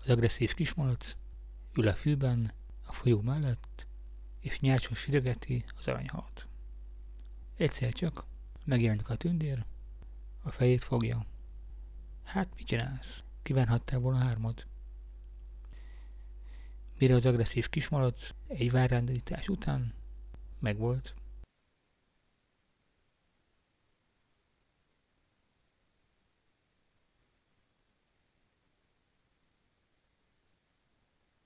Az agresszív kismalac ül a fűben, a folyó mellett, és nyácson sürgeti az aranyhalat. Egyszer csak megjelenik a tündér, a fejét fogja. Hát, mit csinálsz? Kívánhattál volna 3. Mire az agresszív kismalac egy várrendítás után megvolt,